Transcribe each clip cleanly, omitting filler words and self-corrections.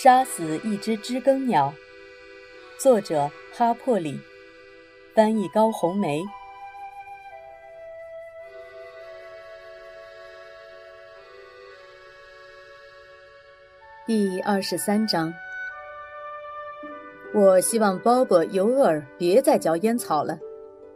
杀死一只知更鸟，作者哈珀里，翻译高红梅。第23章。我希望鲍勃·尤厄尔别再嚼烟草了。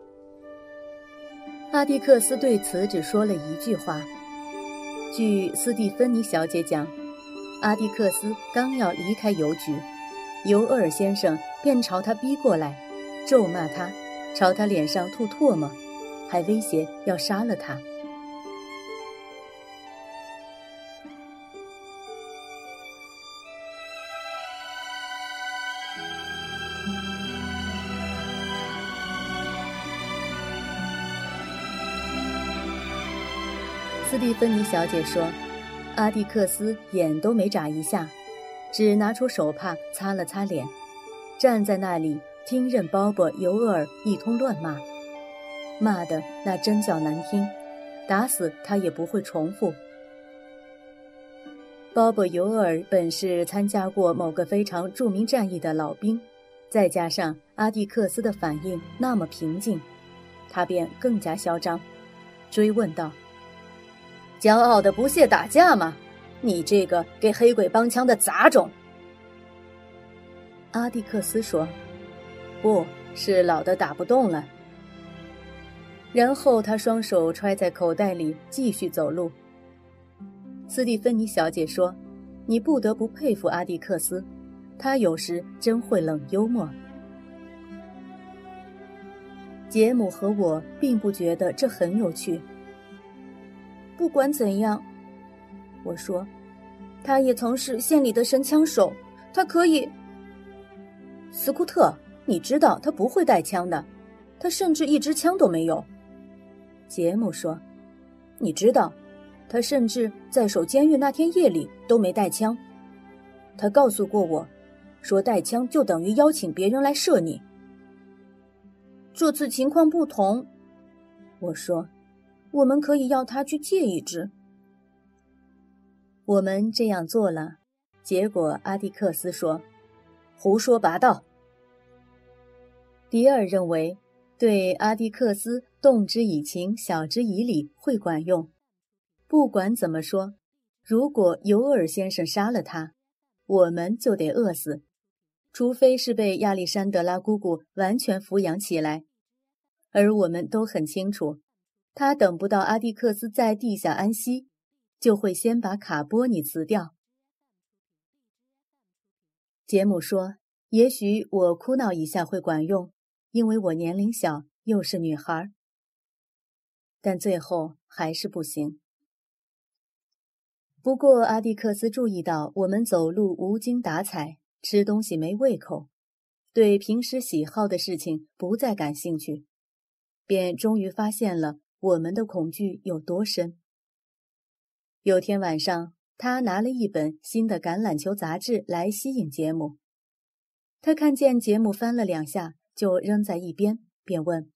阿蒂克斯对此只说了一句话。据斯蒂芬妮小姐讲，阿蒂克斯刚要离开邮局，尤厄尔先生便朝他逼过来，咒骂他，朝他脸上吐唾沫，还威胁要杀了他。斯蒂芬妮小姐说，阿蒂克斯眼都没眨一下，只拿出手帕擦了擦脸，站在那里听任鲍勃·尤厄尔一通乱骂，骂的那真叫难听，打死他也不会重复。鲍勃·尤厄尔本是参加过某个非常著名战役的老兵，再加上阿蒂克斯的反应那么平静，他便更加嚣张，追问道：骄傲的不屑打架吗？你这个给黑鬼帮腔的杂种！阿蒂克斯说：不是老的打不动了。然后他双手揣在口袋里继续走路。斯蒂芬妮小姐说，你不得不佩服阿蒂克斯，他有时真会冷幽默。杰姆和我并不觉得这很有趣。不管怎样，我说，他也曾是县里的神枪手，他可以。斯库特，你知道他不会带枪的，他甚至一支枪都没有。杰姆说，你知道，他甚至在守监狱那天夜里都没带枪。他告诉过我，说带枪就等于邀请别人来射你。这次情况不同，我说，我们可以要他去借一支。我们这样做了，结果阿蒂克斯说，胡说八道。迪尔认为对阿蒂克斯动之以情，晓之以理会管用。不管怎么说，如果尤厄尔先生杀了他，我们就得饿死，除非是被亚历山德拉姑姑完全抚养起来。而我们都很清楚，他等不到阿蒂克斯在地下安息，就会先把卡波尼辞掉。杰姆说，也许我哭闹一下会管用，因为我年龄小，又是女孩。但最后还是不行。不过阿蒂克斯注意到我们走路无精打采，吃东西没胃口，对平时喜好的事情不再感兴趣，便终于发现了我们的恐惧有多深。有天晚上，他拿了一本新的橄榄球杂志来吸引杰姆。他看见杰姆翻了2下，就扔在一边，便问：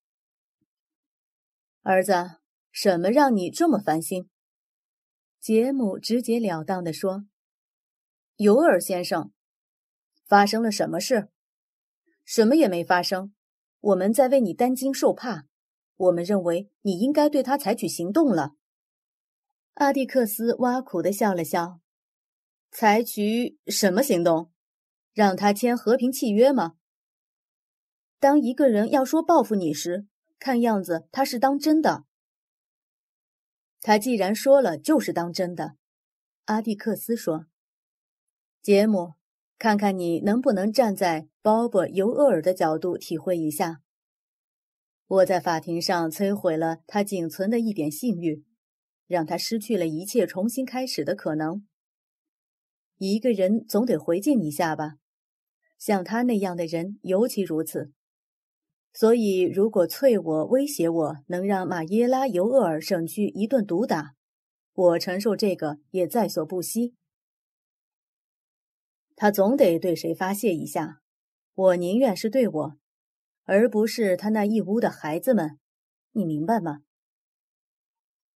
儿子，什么让你这么烦心？杰姆直截了当地说：尤尔先生。发生了什么事？什么也没发生，我们在为你担惊受怕，我们认为你应该对他采取行动了。阿蒂克斯挖苦地笑了笑。采取什么行动？让他签和平契约吗？当一个人要说报复你时，看样子他是当真的。他既然说了，就是当真的。阿蒂克斯说。杰姆，看看你能不能站在鲍勃·尤厄尔的角度体会一下。我在法庭上摧毁了他仅存的一点信誉，让他失去了一切重新开始的可能。一个人总得回敬一下吧，像他那样的人尤其如此。所以如果啐我威胁我能让马耶拉·尤厄尔省去一顿毒打，我承受这个也在所不惜。他总得对谁发泄一下，我宁愿是对我，而不是他那一屋的孩子们，你明白吗？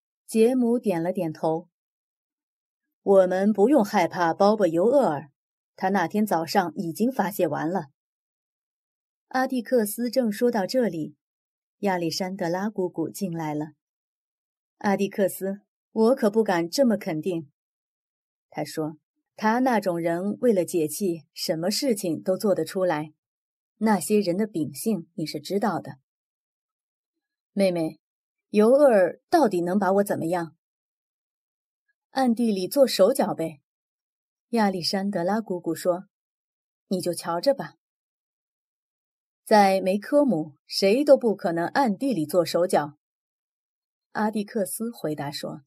杰姆点了点头。我们不用害怕鲍勃·尤厄尔， 他那天早上已经发泄完了。阿蒂克斯正说到这里，亚历山德拉姑姑进来了。阿蒂克斯，我可不敢这么肯定。他说，他那种人为了解气，什么事情都做得出来。那些人的秉性你是知道的。妹妹，尤厄尔到底能把我怎么样？暗地里做手脚呗。亚历山德拉姑姑说，你就瞧着吧。在梅科姆，谁都不可能暗地里做手脚。阿蒂克斯回答说。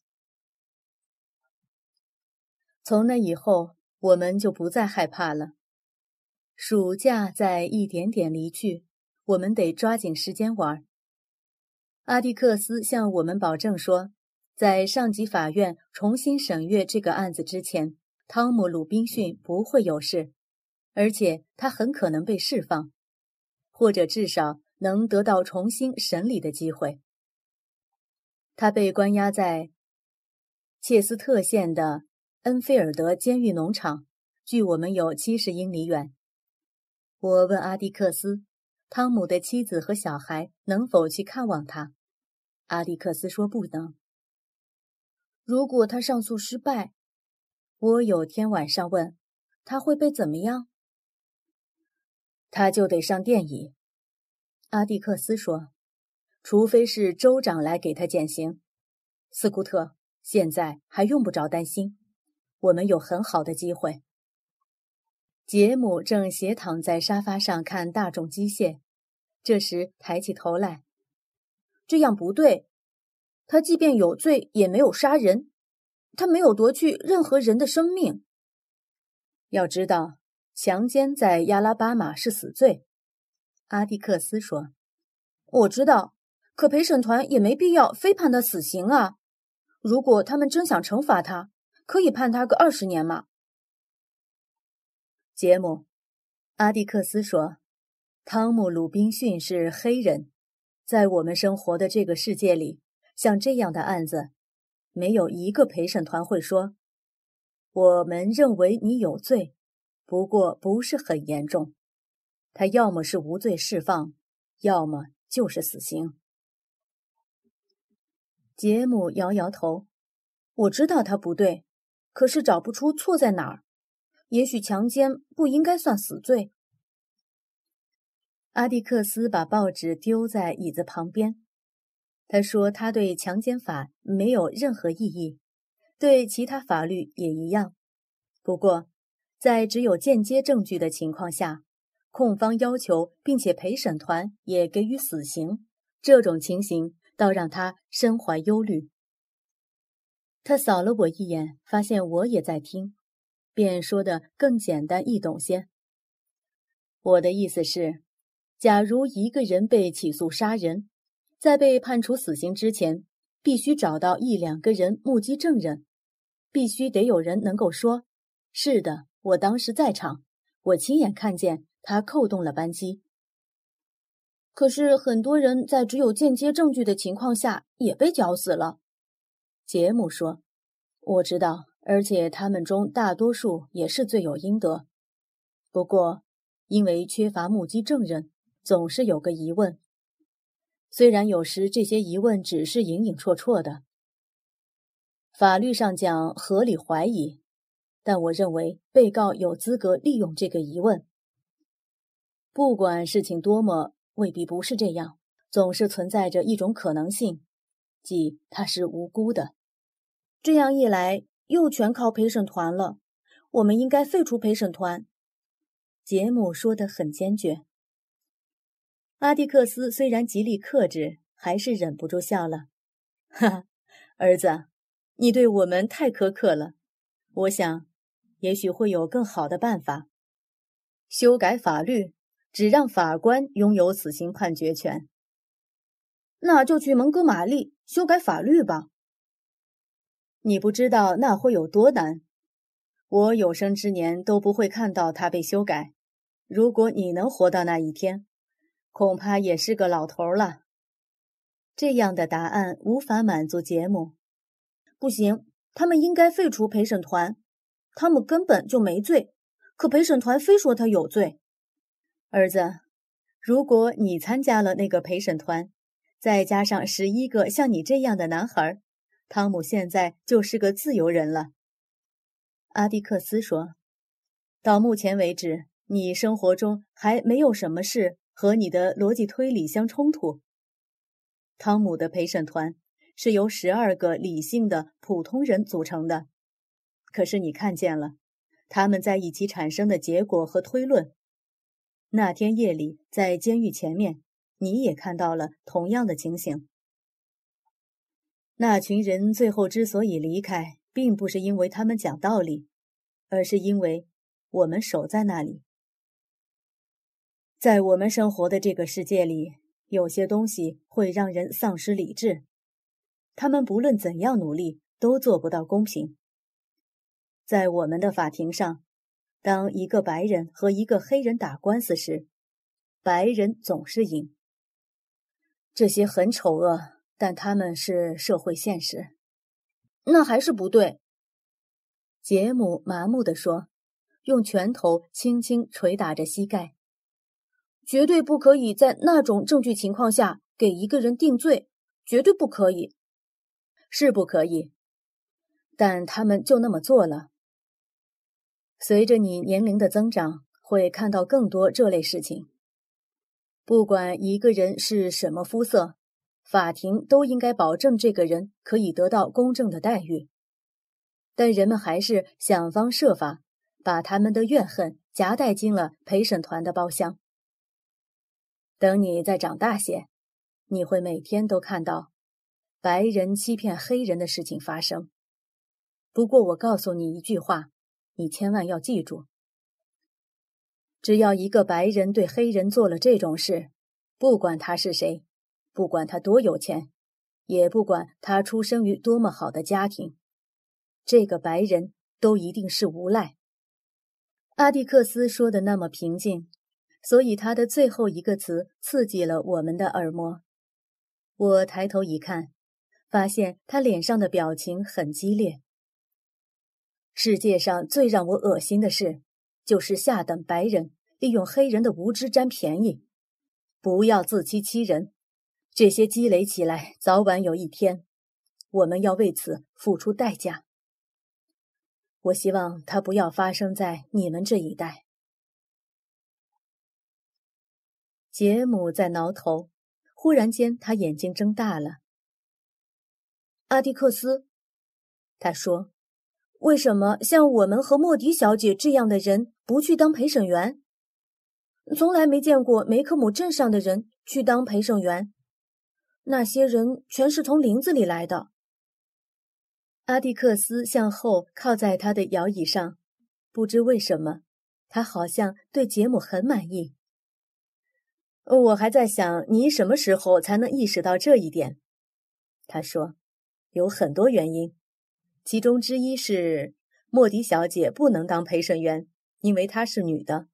从那以后，我们就不再害怕了。暑假在一点点离去，我们得抓紧时间玩。阿蒂克斯向我们保证说，在上级法院重新审阅这个案子之前，汤姆·鲁滨逊不会有事，而且他很可能被释放，或者至少能得到重新审理的机会。他被关押在切斯特县的恩菲尔德监狱农场，距我们有70英里远。我问阿蒂克斯，汤姆的妻子和小孩能否去看望他？阿蒂克斯说不能。如果他上诉失败，我有天晚上问，他会被怎么样？他就得上电椅。阿蒂克斯说，除非是州长来给他减刑。斯库特，现在还用不着担心，我们有很好的机会。杰姆正斜躺在沙发上看大众机械，这时抬起头来。这样不对，他即便有罪也没有杀人，他没有夺去任何人的生命。要知道，强奸在亚拉巴马是死罪。阿蒂克斯说，我知道，可陪审团也没必要非判他死刑啊。如果他们真想惩罚他，可以判他个20年嘛。杰姆，阿蒂克斯说，汤姆·鲁滨逊是黑人，在我们生活的这个世界里，像这样的案子，没有一个陪审团会说，我们认为你有罪，不过不是很严重。他要么是无罪释放，要么就是死刑。杰姆摇摇头，我知道他不对，可是找不出错在哪儿。也许强奸不应该算死罪。阿蒂克斯把报纸丢在椅子旁边。他说他对强奸法没有任何异议，对其他法律也一样。不过，在只有间接证据的情况下，控方要求并且陪审团也给予死刑，这种情形倒让他身怀忧虑。他扫了我一眼，发现我也在听，便说得更简单易懂些。我的意思是，假如一个人被起诉杀人，在被判处死刑之前，必须找到1、2个人目击证人，必须得有人能够说，是的，我当时在场，我亲眼看见他扣动了扳机。可是很多人在只有间接证据的情况下也被绞死了。杰姆说，我知道，而且他们中大多数也是罪有应得。不过，因为缺乏目击证人，总是有个疑问。虽然有时这些疑问只是隐隐绰绰的，法律上讲合理怀疑，但我认为被告有资格利用这个疑问。不管事情多么未必不是这样，总是存在着一种可能性，即他是无辜的。这样一来，又全靠陪审团了。我们应该废除陪审团。杰姆说得很坚决。阿蒂克斯虽然极力克制，还是忍不住笑了。哈哈，儿子，你对我们太苛刻了。我想，也许会有更好的办法。修改法律，只让法官拥有死刑判决权。那就去蒙哥马利修改法律吧。你不知道那会有多难。我有生之年都不会看到它被修改。如果你能活到那一天，恐怕也是个老头了。这样的答案无法满足杰姆。不行，他们应该废除陪审团。他们根本就没罪， 可陪审团非说他有罪。儿子，如果你参加了那个陪审团，再加上11个像你这样的男孩，汤姆现在就是个自由人了。阿蒂克斯说，到目前为止，你生活中还没有什么事和你的逻辑推理相冲突。汤姆的陪审团是由12个理性的普通人组成的，可是你看见了他们在一起产生的结果和推论。那天夜里在监狱前面，你也看到了同样的情形。那群人最后之所以离开，并不是因为他们讲道理，而是因为我们守在那里。在我们生活的这个世界里，有些东西会让人丧失理智，他们不论怎样努力都做不到公平。在我们的法庭上，当一个白人和一个黑人打官司时，白人总是赢。这些很丑恶，但他们是社会现实。那还是不对。杰姆麻木地说，用拳头轻轻捶打着膝盖。绝对不可以在那种证据情况下给一个人定罪，绝对不可以。是不可以，但他们就那么做了。随着你年龄的增长，会看到更多这类事情。不管一个人是什么肤色，法庭都应该保证这个人可以得到公正的待遇。但人们还是想方设法把他们的怨恨夹带进了陪审团的包厢。等你再长大些，你会每天都看到白人欺骗黑人的事情发生。不过我告诉你一句话，你千万要记住，只要一个白人对黑人做了这种事，不管他是谁，不管他多有钱，也不管他出生于多么好的家庭，这个白人都一定是无赖。阿蒂克斯说的那么平静，所以他的最后一个词刺激了我们的耳膜。我抬头一看，发现他脸上的表情很激烈。世界上最让我恶心的事，就是下等白人利用黑人的无知占便宜。不要自欺欺人，这些积累起来，早晚有一天，我们要为此付出代价。我希望它不要发生在你们这一代。杰姆在挠头，忽然间他眼睛睁大了。阿蒂克斯，他说，为什么像我们和莫迪小姐这样的人不去当陪审员？从来没见过梅克姆镇上的人去当陪审员，那些人全是从林子里来的。阿蒂克斯向后靠在他的摇椅上，不知为什么，他好像对杰姆很满意。我还在想你什么时候才能意识到这一点，他说，有很多原因，其中之一是莫迪小姐不能当陪审员，因为她是女的。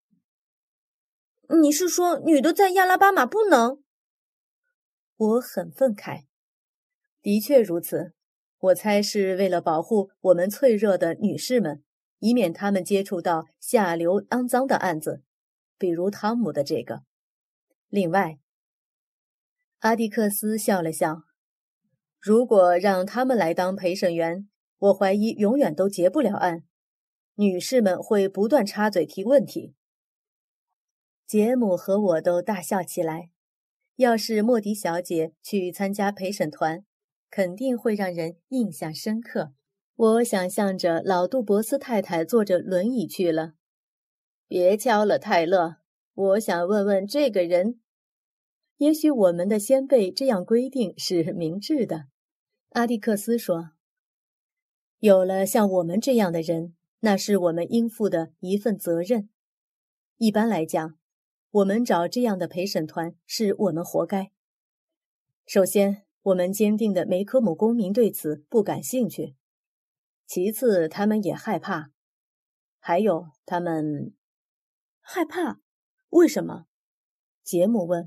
你是说女的在亚拉巴马不能？我很愤慨。的确如此，我猜是为了保护我们脆弱的女士们，以免她们接触到下流肮脏的案子，比如汤姆的这个。另外，阿蒂克斯笑了笑，如果让他们来当陪审员，我怀疑永远都结不了案，女士们会不断插嘴提问题。杰姆和我都大笑起来。要是莫迪小姐去参加陪审团，肯定会让人印象深刻。我想象着老杜博斯太太坐着轮椅去了。别敲了，泰勒，我想问问这个人。也许我们的先辈这样规定是明智的，阿蒂克斯说。有了像我们这样的人，那是我们应负的一份责任。一般来讲，我们找这样的陪审团是我们活该。首先，我们坚定的梅科姆公民对此不感兴趣。其次，他们也害怕。还有，他们害怕？为什么？杰姆问。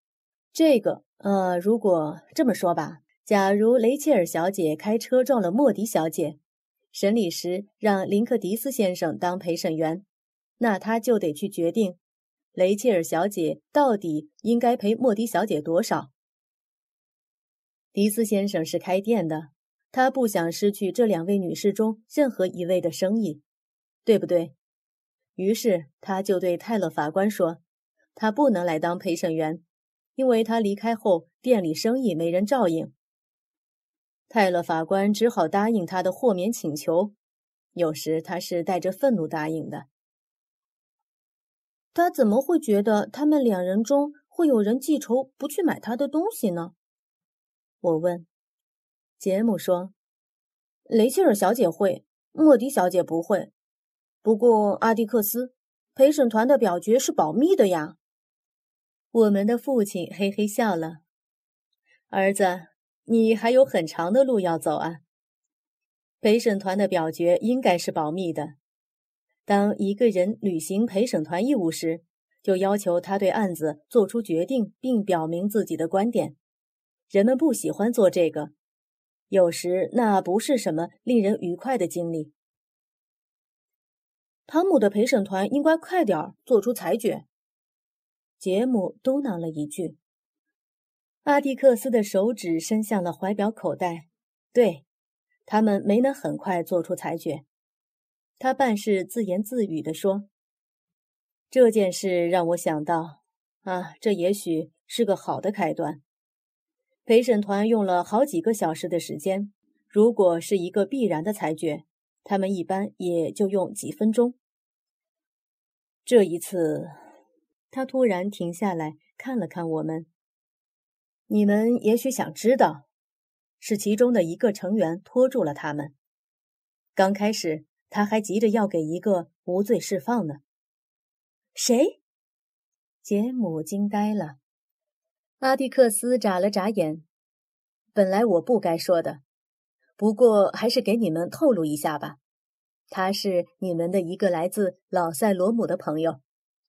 如果这么说吧，假如雷切尔小姐开车撞了莫迪小姐，审理时让林克迪斯先生当陪审员， 那他就得去决定，雷切尔小姐到底应该赔莫迪小姐多少。迪斯先生是开店的，他不想失去这2位女士中任何一位的生意，对不对？于是他就对泰勒法官说，他不能来当陪审员，因为他离开后店里生意没人照应。泰勒法官只好答应他的豁免请求，有时他是带着愤怒答应的。他怎么会觉得他们2人中会有人记仇不去买他的东西呢？我问。杰姆说，雷切尔小姐会，莫迪小姐不会。不过阿蒂克斯，陪审团的表决是保密的呀。我们的父亲嘿嘿笑了。儿子，你还有很长的路要走啊。陪审团的表决应该是保密的。当一个人履行陪审团义务时，就要求他对案子做出决定并表明自己的观点。人们不喜欢做这个，有时那不是什么令人愉快的经历。汤姆的陪审团应该快点做出裁决。杰姆嘟囔了一句。阿蒂克斯的手指伸向了怀表口袋。对，他们没能很快做出裁决。他办事自言自语地说，这件事让我想到，这也许是个好的开端。陪审团用了好几个小时的时间，如果是一个必然的裁决，他们一般也就用几分钟。这一次，他突然停下来看了看我们。你们也许想知道，是其中的一个成员拖住了他们。刚开始，他还急着要给一个无罪释放呢。谁？杰姆惊呆了。阿蒂克斯眨了眨眼。本来我不该说的，不过还是给你们透露一下吧。他是你们的一个来自老塞罗姆的朋友。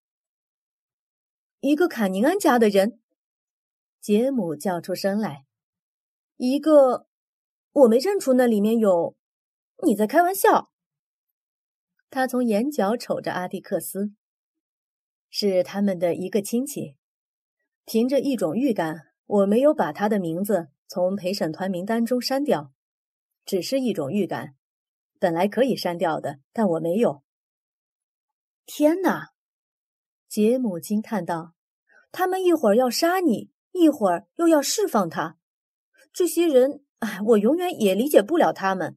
一个坎宁安家的人？杰姆叫出声来。一个，我没认出那里面有，你在开玩笑。他从眼角瞅着阿蒂克斯。是他们的一个亲戚。凭着一种预感，我没有把他的名字从陪审团名单中删掉，只是一种预感，本来可以删掉的，但我没有。天哪！杰姆惊叹道，他们一会儿要杀你，一会儿又要释放他。这些人，我永远也理解不了他们。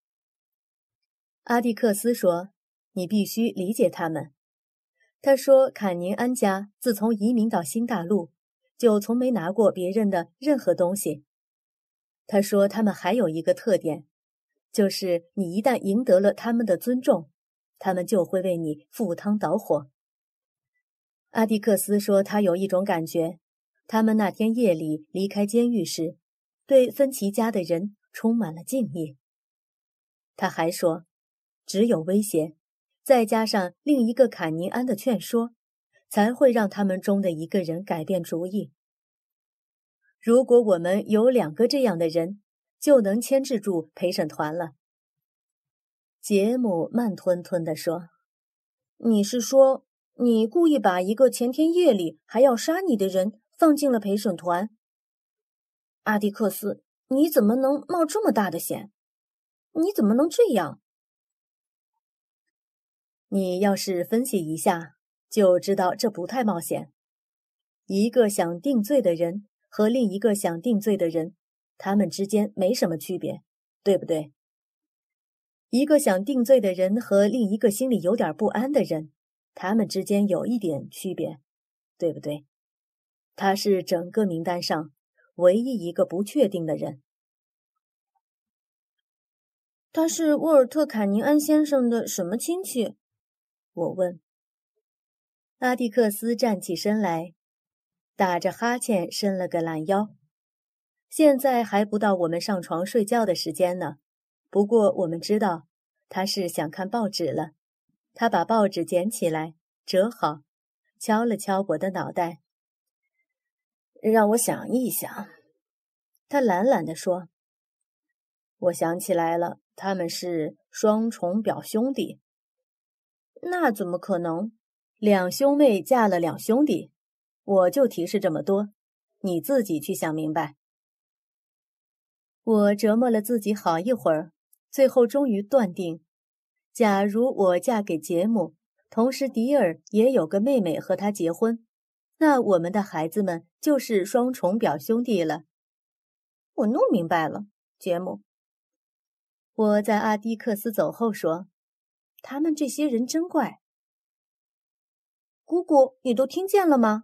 阿蒂克斯说，你必须理解他们。他说，坎宁安家自从移民到新大陆，就从没拿过别人的任何东西。他说，他们还有一个特点，就是你一旦赢得了他们的尊重，他们就会为你赴汤蹈火。阿蒂克斯说，他有一种感觉，他们那天夜里离开监狱时，对芬奇家的人充满了敬意。他还说，只有威胁，再加上另一个坎宁安的劝说，才会让他们中的一个人改变主意。如果我们有2个这样的人，就能牵制住陪审团了。杰姆慢吞吞地说，你是说，你故意把一个前天夜里还要杀你的人放进了陪审团？阿蒂克斯，你怎么能冒这么大的险？你怎么能这样？你要是分析一下，就知道这不太冒险。一个想定罪的人和另一个想定罪的人，他们之间没什么区别，对不对？一个想定罪的人和另一个心里有点不安的人，他们之间有一点区别，对不对？他是整个名单上唯一一个不确定的人。他是沃尔特·坎宁安先生的什么亲戚？我问。阿蒂克斯站起身来，打着哈欠伸了个懒腰。现在还不到我们上床睡觉的时间呢，不过我们知道他是想看报纸了。他把报纸捡起来，折好，敲了敲我的脑袋。让我想一想，他懒懒地说。我想起来了，他们是双重表兄弟。 那怎么可能？两兄妹嫁了两兄弟，我就提示这么多，你自己去想明白。我折磨了自己好一会儿，最后终于断定，假如我嫁给杰姆，同时迪尔也有个妹妹和他结婚，那我们的孩子们就是双重表兄弟了。我弄明白了，杰姆。我在阿迪克斯走后说，他们这些人真怪。姑姑，你都听见了吗？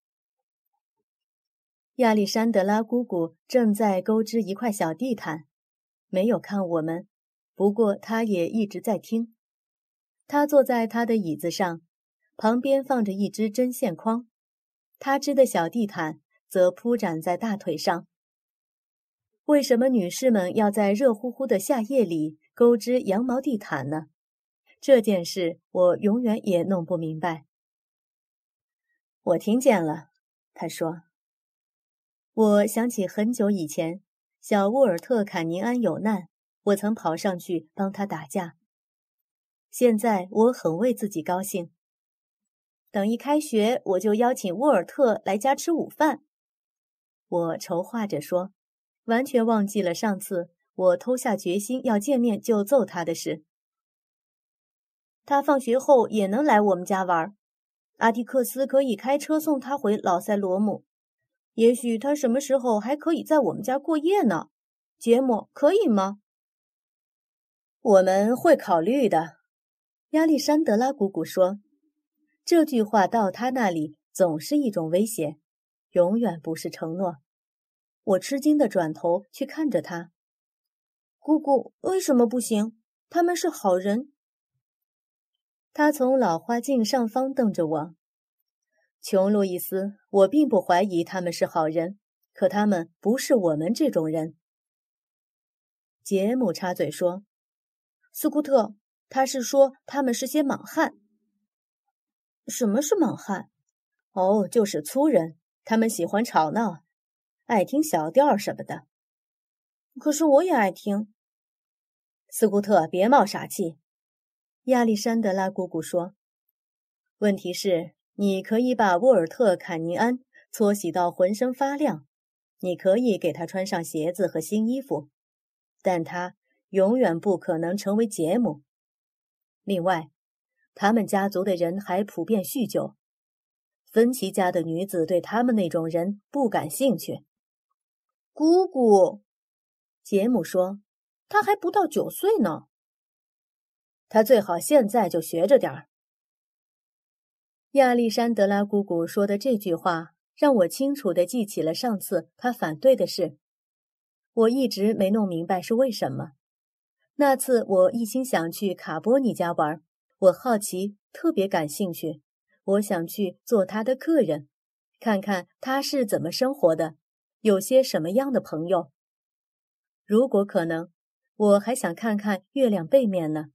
亚历山德拉姑姑正在钩织一块小地毯，没有看我们，不过她也一直在听。她坐在她的椅子上，旁边放着一只针线筐，她织的小地毯则铺展在大腿上。为什么女士们要在热乎乎的夏夜里钩织羊毛地毯呢？这件事我永远也弄不明白。我听见了，他说。我想起很久以前，小沃尔特·坎宁安有难，我曾跑上去帮他打架。现在我很为自己高兴。等一开学，我就邀请沃尔特来家吃午饭。我筹划着说，完全忘记了上次我偷下决心要见面就揍他的事。他放学后也能来我们家玩，阿蒂克斯可以开车送他回老塞罗姆。也许他什么时候还可以在我们家过夜呢？杰姆，可以吗？我们会考虑的，亚历山德拉姑姑说。这句话到他那里总是一种威胁，永远不是承诺。我吃惊地转头去看着他。姑姑，为什么不行？他们是好人。他从老花镜上方瞪着我。琼·路易斯，我并不怀疑他们是好人，可他们不是我们这种人。杰姆插嘴说：“斯库特，他是说他们是些莽汉。”什么是莽汉？哦，就是粗人，他们喜欢吵闹，爱听小调什么的。可是我也爱听。斯库特，别冒傻气。亚历山德拉姑姑说：“问题是，你可以把沃尔特·坎尼安搓洗到浑身发亮，你可以给他穿上鞋子和新衣服，但他永远不可能成为杰姆。另外，他们家族的人还普遍酗酒，芬奇家的女子对他们那种人不感兴趣。”姑姑，杰姆说，他还不到9岁呢。他最好现在就学着点儿。亚历山德拉姑姑说的这句话让我清楚地记起了上次她反对的事。我一直没弄明白是为什么。那次我一心想去卡波尼家玩，我好奇，特别感兴趣，我想去做他的客人，看看他是怎么生活的，有些什么样的朋友。如果可能，我还想看看月亮背面呢。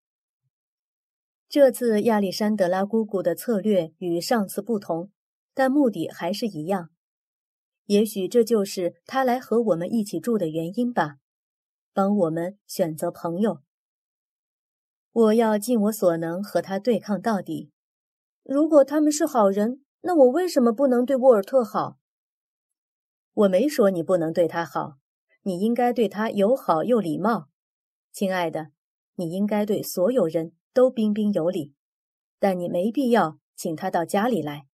这次亚历山德拉姑姑的策略与上次不同，但目的还是一样。也许这就是她来和我们一起住的原因吧，帮我们选择朋友。我要尽我所能和他对抗到底。如果他们是好人，那我为什么不能对沃尔特好？我没说你不能对他好，你应该对他友好又礼貌。亲爱的，你应该对所有人都彬彬有礼，但你没必要请他到家里来。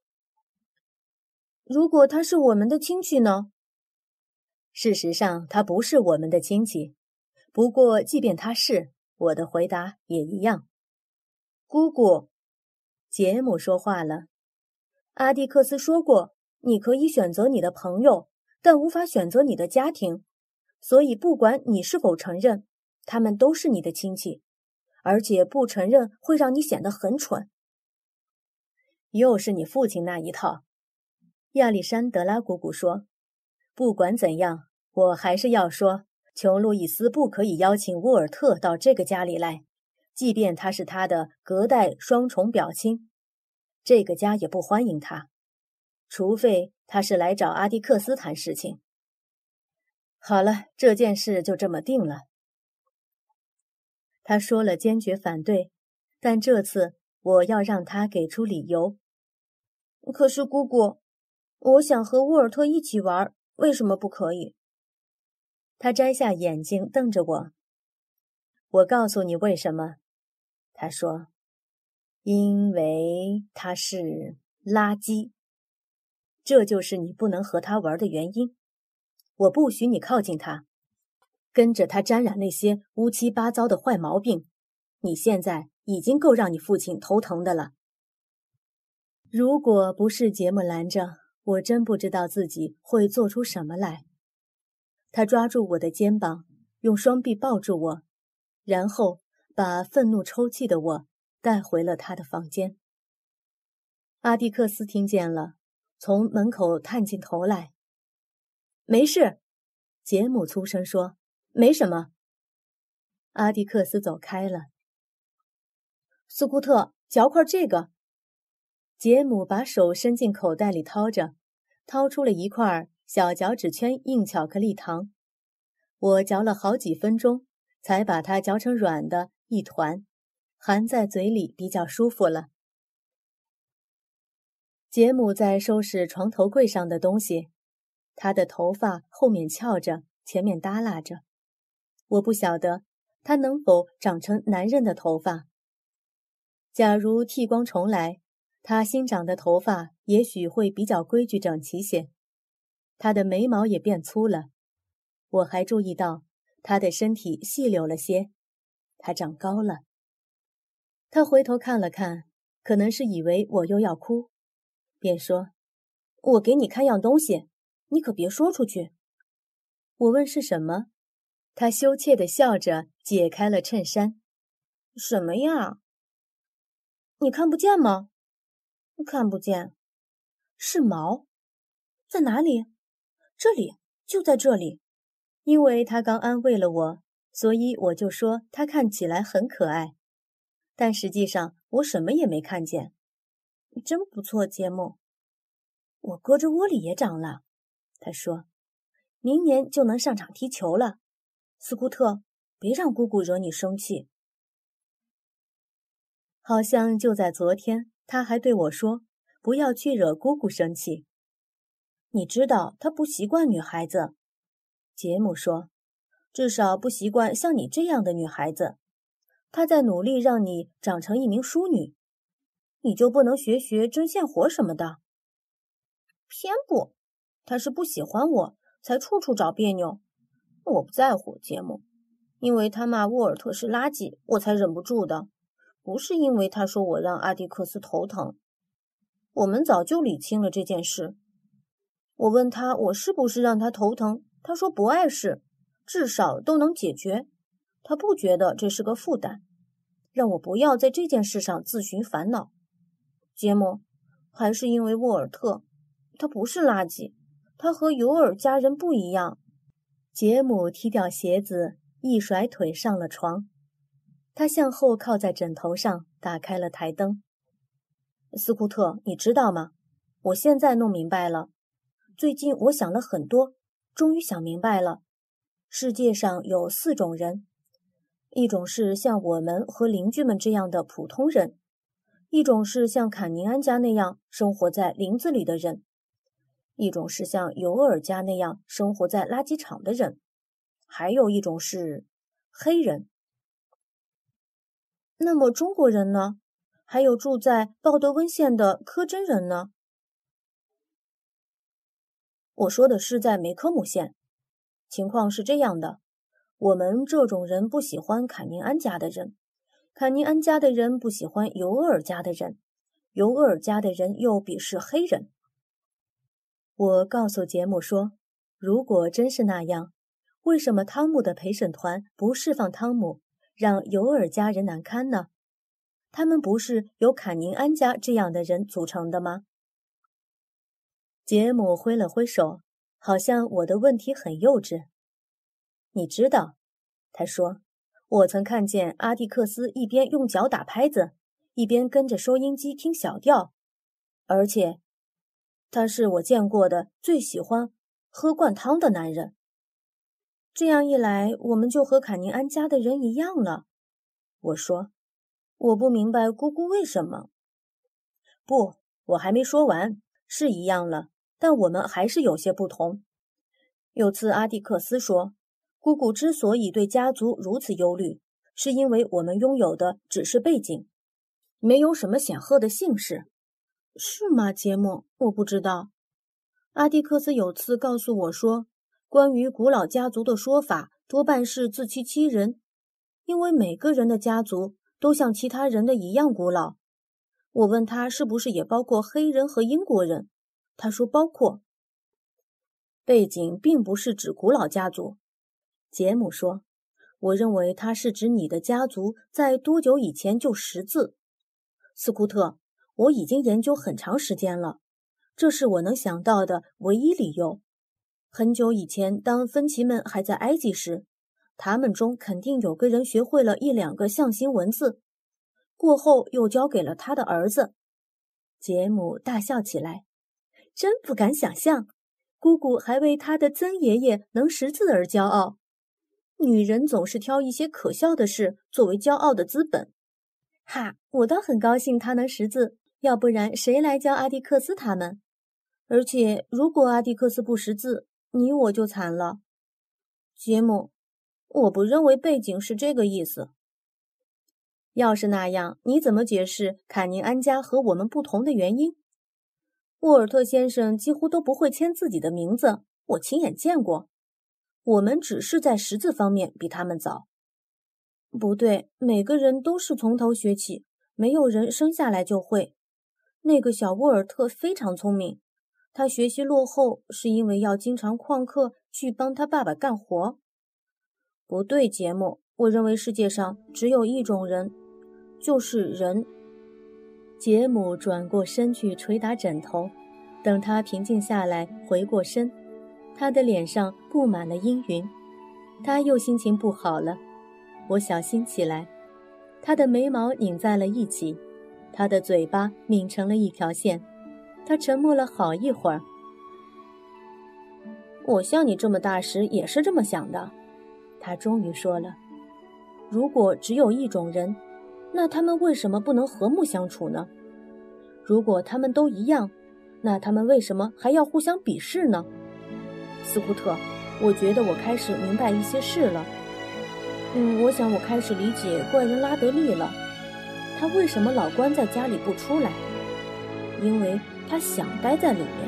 如果他是我们的亲戚呢？事实上，他不是我们的亲戚。不过，即便他是，我的回答也一样。姑姑，杰姆说话了。阿蒂克斯说过，你可以选择你的朋友，但无法选择你的家庭。所以，不管你是否承认，他们都是你的亲戚，而且不承认会让你显得很蠢。又是你父亲那一套。亚历山德拉姑姑说，不管怎样，我还是要说，琼·路易斯不可以邀请沃尔特到这个家里来，即便他是他的隔代双重表亲。这个家也不欢迎他，除非他是来找阿蒂克斯谈事情。好了，这件事就这么定了。他说了坚决反对， 但这次我要让他给出理由。 可是姑姑，我想和沃尔特一起玩，为什么不可以？ 他摘下眼镜瞪着我。我告诉你为什么，他说，因为他是垃圾。这就是你不能和他玩的原因。我不许你靠近他，跟着他沾染那些乌七八糟的坏毛病。你现在已经够让你父亲头疼的了。如果不是杰姆拦着，我真不知道自己会做出什么来。他抓住我的肩膀，用双臂抱住我，然后把愤怒抽泣的我带回了他的房间。阿蒂克斯听见了，从门口探进头来。没事，杰姆粗声说，没什么。阿蒂克斯走开了。斯库特，嚼块这个。杰姆把手伸进口袋里掏出了一块小脚趾圈硬巧克力糖。我嚼了好几分钟，才把它嚼成软的一团，含在嘴里比较舒服了。杰姆在收拾床头柜上的东西，他的头发后面翘着，前面耷拉着。我不晓得他能否长成男人的头发。假如剃光重来，他新长的头发也许会比较规矩整齐些。他的眉毛也变粗了。我还注意到他的身体细柳了些，他长高了。他回头看了看，可能是以为我又要哭，便说：“我给你看样东西，你可别说出去。”我问是什么，他羞怯地笑着解开了衬衫。“什么呀？你看不见吗？”“看不见。”“是毛。”“在哪里？”“这里，就在这里。”因为他刚安慰了我，所以我就说他看起来很可爱。但实际上我什么也没看见。真不错，杰姆。我胳肢窝里也长了，他说。明年就能上场踢球了。斯库特，别让姑姑惹你生气。好像就在昨天，他还对我说，不要去惹姑姑生气。你知道他不习惯女孩子。杰姆说，至少不习惯像你这样的女孩子。他在努力让你长成一名淑女。你就不能学学针线活什么的？偏不，他是不喜欢我，才处处找别扭。我不在乎，杰姆，因为他骂沃尔特是垃圾，我才忍不住的，不是因为他说我让阿蒂克斯头疼。我们早就理清了这件事。我问他我是不是让他头疼，他说不碍事，至少都能解决。他不觉得这是个负担，让我不要在这件事上自寻烦恼。杰姆，还是因为沃尔特，他不是垃圾，他和尤尔家人不一样。杰姆踢掉鞋子，一甩腿上了床。他向后靠在枕头上，打开了台灯。斯库特，你知道吗？我现在弄明白了。最近我想了很多，终于想明白了。世界上有4种人，一种是像我们和邻居们这样的普通人，一种是像坎宁安家那样生活在林子里的人，一种是像尤尔家那样生活在垃圾场的人，还有一种是黑人。那么中国人呢？还有住在鲍德温县的柯真人呢？我说的是在梅科姆县。情况是这样的，我们这种人不喜欢坎宁安家的人，坎宁安家的人不喜欢尤尔家的人，尤尔家的人又鄙视黑人。我告诉杰姆说，如果真是那样，为什么汤姆的陪审团不释放汤姆，让尤尔家人难堪呢？他们不是由坎宁安家这样的人组成的吗？杰姆挥了挥手，好像我的问题很幼稚。你知道，他说，我曾看见阿蒂克斯一边用脚打拍子，一边跟着收音机听小调，而且他是我见过的最喜欢喝灌汤的男人。这样一来，我们就和坎宁安家的人一样了。我说， 我不明白姑姑为什么。 不，我还没说完，是一样了，但我们还是有些不同。有次阿蒂克斯说，姑姑之所以对家族如此忧虑，是因为我们拥有的只是背景，没有什么显赫的姓氏。 是吗，杰姆？我不知道。 阿蒂克斯有次告诉我说，关于古老家族的说法多半是自欺欺人，因为每个人的家族都像其他人的一样古老。我问他是不是也包括黑人和英国人，他说包括。背景并不是指古老家族，杰姆说，我认为它是指你的家族在多久以前就识字。斯库特，我已经研究很长时间了，这是我能想到的唯一理由。很久以前，当芬奇们还在埃及时，他们中肯定有个人学会了1、2个象形文字，过后又交给了他的儿子。杰姆大笑起来，真不敢想象，姑姑还为他的曾爷爷能识字而骄傲。女人总是挑一些可笑的事作为骄傲的资本。哈，我倒很高兴他能识字，要不然谁来教阿蒂克斯他们？而且如果阿蒂克斯不识字，你我就惨了。杰姆，我不认为背景是这个意思。要是那样，你怎么解释坎宁安家和我们不同的原因？沃尔特先生几乎都不会签自己的名字，我亲眼见过。我们只是在识字方面比他们早。不对，每个人都是从头学起，没有人生下来就会。那个小沃尔特非常聪明，他学习落后是因为要经常旷课去帮他爸爸干活。不对，杰姆，我认为世界上只有一种人，就是人。杰姆转过身去捶打枕头，等他平静下来，回过身，他的脸上布满了阴云，他又心情不好了。我小心起来，他的眉毛拧在了一起，他的嘴巴抿成了一条线，他沉默了好一会儿。我像你这么大时也是这么想的，他终于说了。如果只有一种人，那他们为什么不能和睦相处呢？如果他们都一样，那他们为什么还要互相鄙视呢？斯库特，我觉得我开始明白一些事了。我想我开始理解怪人拉德利了。他为什么老关在家里不出来？因为他想待在里面。